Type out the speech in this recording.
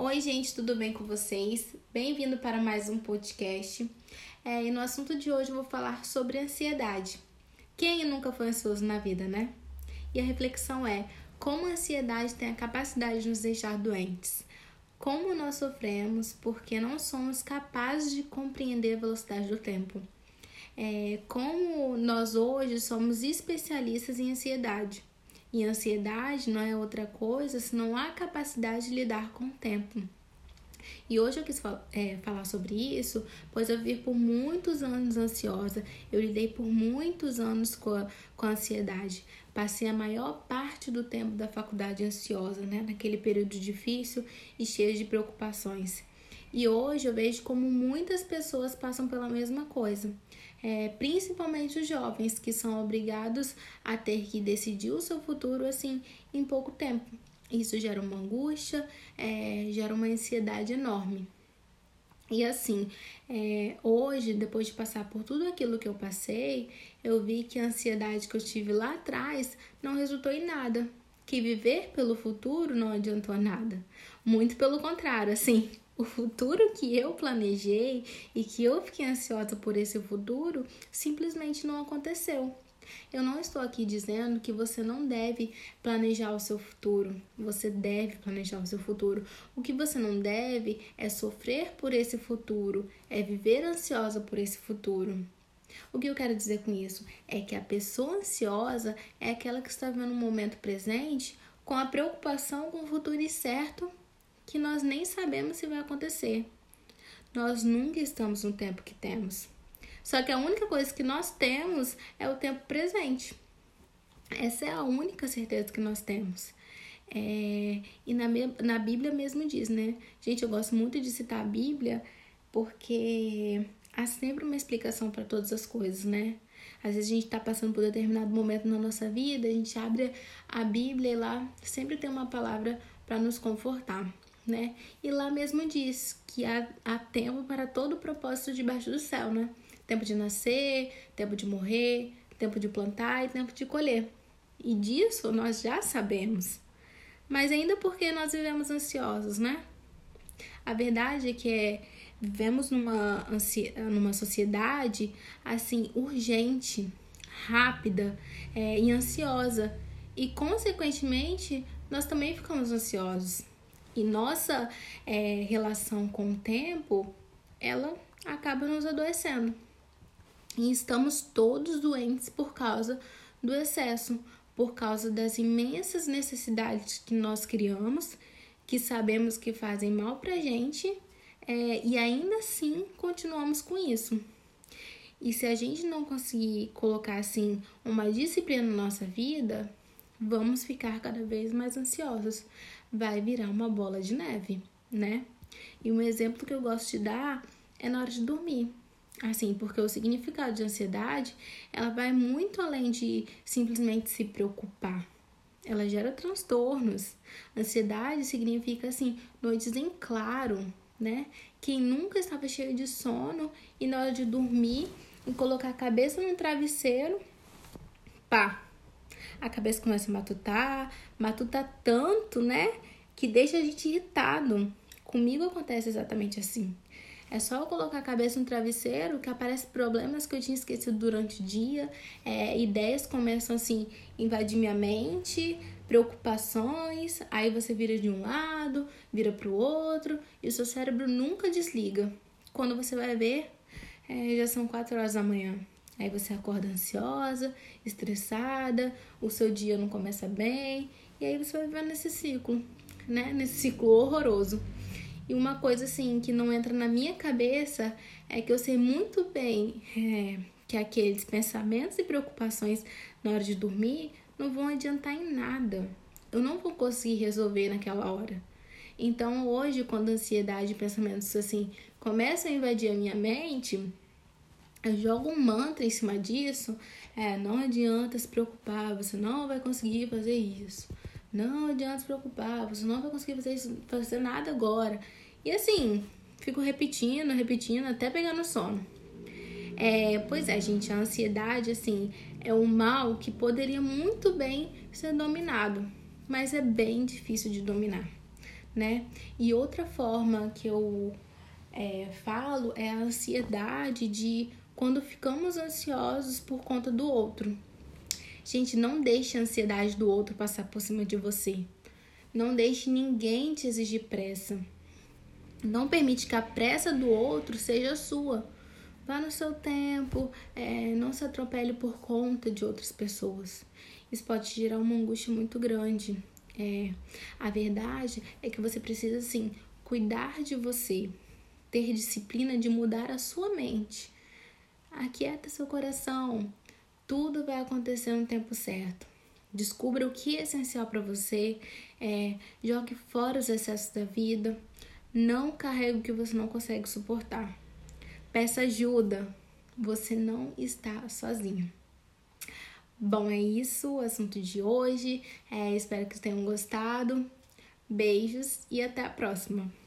Oi, gente, tudo bem com vocês? Bem-vindo para mais um podcast. E no assunto de hoje eu vou falar sobre ansiedade. Quem nunca foi ansioso na vida, né? E a reflexão é como a ansiedade tem a capacidade de nos deixar doentes. Como nós sofremos porque não somos capazes de compreender a velocidade do tempo. Como nós hoje somos especialistas em ansiedade. E ansiedade não é outra coisa senão a capacidade de lidar com o tempo. E hoje eu quis falar sobre isso, pois eu vivi por muitos anos ansiosa. Eu lidei por muitos anos com a ansiedade. Passei a maior parte do tempo da faculdade ansiosa, né? Naquele período difícil e cheio de preocupações. E hoje eu vejo como muitas pessoas passam pela mesma coisa. Principalmente os jovens que são obrigados a ter que decidir o seu futuro assim em pouco tempo. Isso gera uma angústia, gera uma ansiedade enorme. E assim, hoje, depois de passar por tudo aquilo que eu passei, eu vi que a ansiedade que eu tive lá atrás não resultou em nada. Que viver pelo futuro não adiantou nada. Muito pelo contrário, assim, o futuro que eu planejei e que eu fiquei ansiosa por esse futuro simplesmente não aconteceu. Eu não estou aqui dizendo que você não deve planejar o seu futuro. Você deve planejar o seu futuro. O que você não deve é sofrer por esse futuro, é viver ansiosa por esse futuro. O que eu quero dizer com isso é que a pessoa ansiosa é aquela que está vivendo o momento presente com a preocupação com o futuro incerto que nós nem sabemos se vai acontecer. Nós nunca estamos no tempo que temos. Só que a única coisa que nós temos é o tempo presente. Essa é a única certeza que nós temos. E na Bíblia mesmo diz, né? Gente, eu gosto muito de citar a Bíblia porque há sempre uma explicação para todas as coisas, né? Às vezes a gente está passando por determinado momento na nossa vida, a gente abre a Bíblia e lá sempre tem uma palavra para nos confortar, né? E lá mesmo diz que há tempo para todo o propósito debaixo do céu, né? Tempo de nascer, tempo de morrer, tempo de plantar e tempo de colher. E disso nós já sabemos. Mas ainda porque nós vivemos ansiosos, né? A verdade é que vivemos numa sociedade assim urgente, rápida e ansiosa. E consequentemente nós também ficamos ansiosos. E nossa relação com o tempo, ela acaba nos adoecendo. E estamos todos doentes por causa do excesso, por causa das imensas necessidades que nós criamos, que sabemos que fazem mal pra gente, e ainda assim continuamos com isso. E se a gente não conseguir colocar assim uma disciplina na nossa vida, vamos ficar cada vez mais ansiosos. Vai virar uma bola de neve, né? E um exemplo que eu gosto de dar é na hora de dormir. Assim, porque o significado de ansiedade, ela vai muito além de simplesmente se preocupar. Ela gera transtornos. Ansiedade significa, assim, noites em claro, né? Quem nunca estava cheio de sono e na hora de dormir e colocar a cabeça no travesseiro, pá! A cabeça começa a matuta tanto, né? Que deixa a gente irritado. Comigo acontece exatamente assim. É só eu colocar a cabeça no travesseiro que aparecem problemas que eu tinha esquecido durante o dia, ideias começam assim a invadir minha mente, preocupações, aí você vira de um lado, vira para o outro e o seu cérebro nunca desliga. Quando você vai ver, já são 4 horas da manhã. Aí você acorda ansiosa, estressada, o seu dia não começa bem e aí você vai vivendo nesse ciclo, né? Nesse ciclo horroroso. E uma coisa assim que não entra na minha cabeça é que eu sei muito bem que aqueles pensamentos e preocupações na hora de dormir não vão adiantar em nada. Eu não vou conseguir resolver naquela hora. Então hoje, quando a ansiedade e pensamentos assim começam a invadir a minha mente, eu jogo um mantra em cima disso. Não adianta se preocupar, você não vai conseguir fazer isso. Não adianta se preocupar, você não vai conseguir fazer nada agora. E assim, fico repetindo, até pegar no sono. Pois é, gente, a ansiedade, assim, é um mal que poderia muito bem ser dominado, mas é bem difícil de dominar. né? E outra forma que eu falo é a ansiedade de quando ficamos ansiosos por conta do outro. Gente, não deixe a ansiedade do outro passar por cima de você. Não deixe ninguém te exigir pressa. Não permite que a pressa do outro seja sua. Vá no seu tempo, não se atropele por conta de outras pessoas. Isso pode te gerar uma angústia muito grande. A verdade é que você precisa, sim, cuidar de você, ter disciplina de mudar a sua mente. Aquieta seu coração. Tudo vai acontecer no tempo certo. Descubra o que é essencial para você. Jogue fora os excessos da vida. Não carregue o que você não consegue suportar. Peça ajuda. Você não está sozinho. Bom, é isso o assunto de hoje. Espero que tenham gostado. Beijos e até a próxima.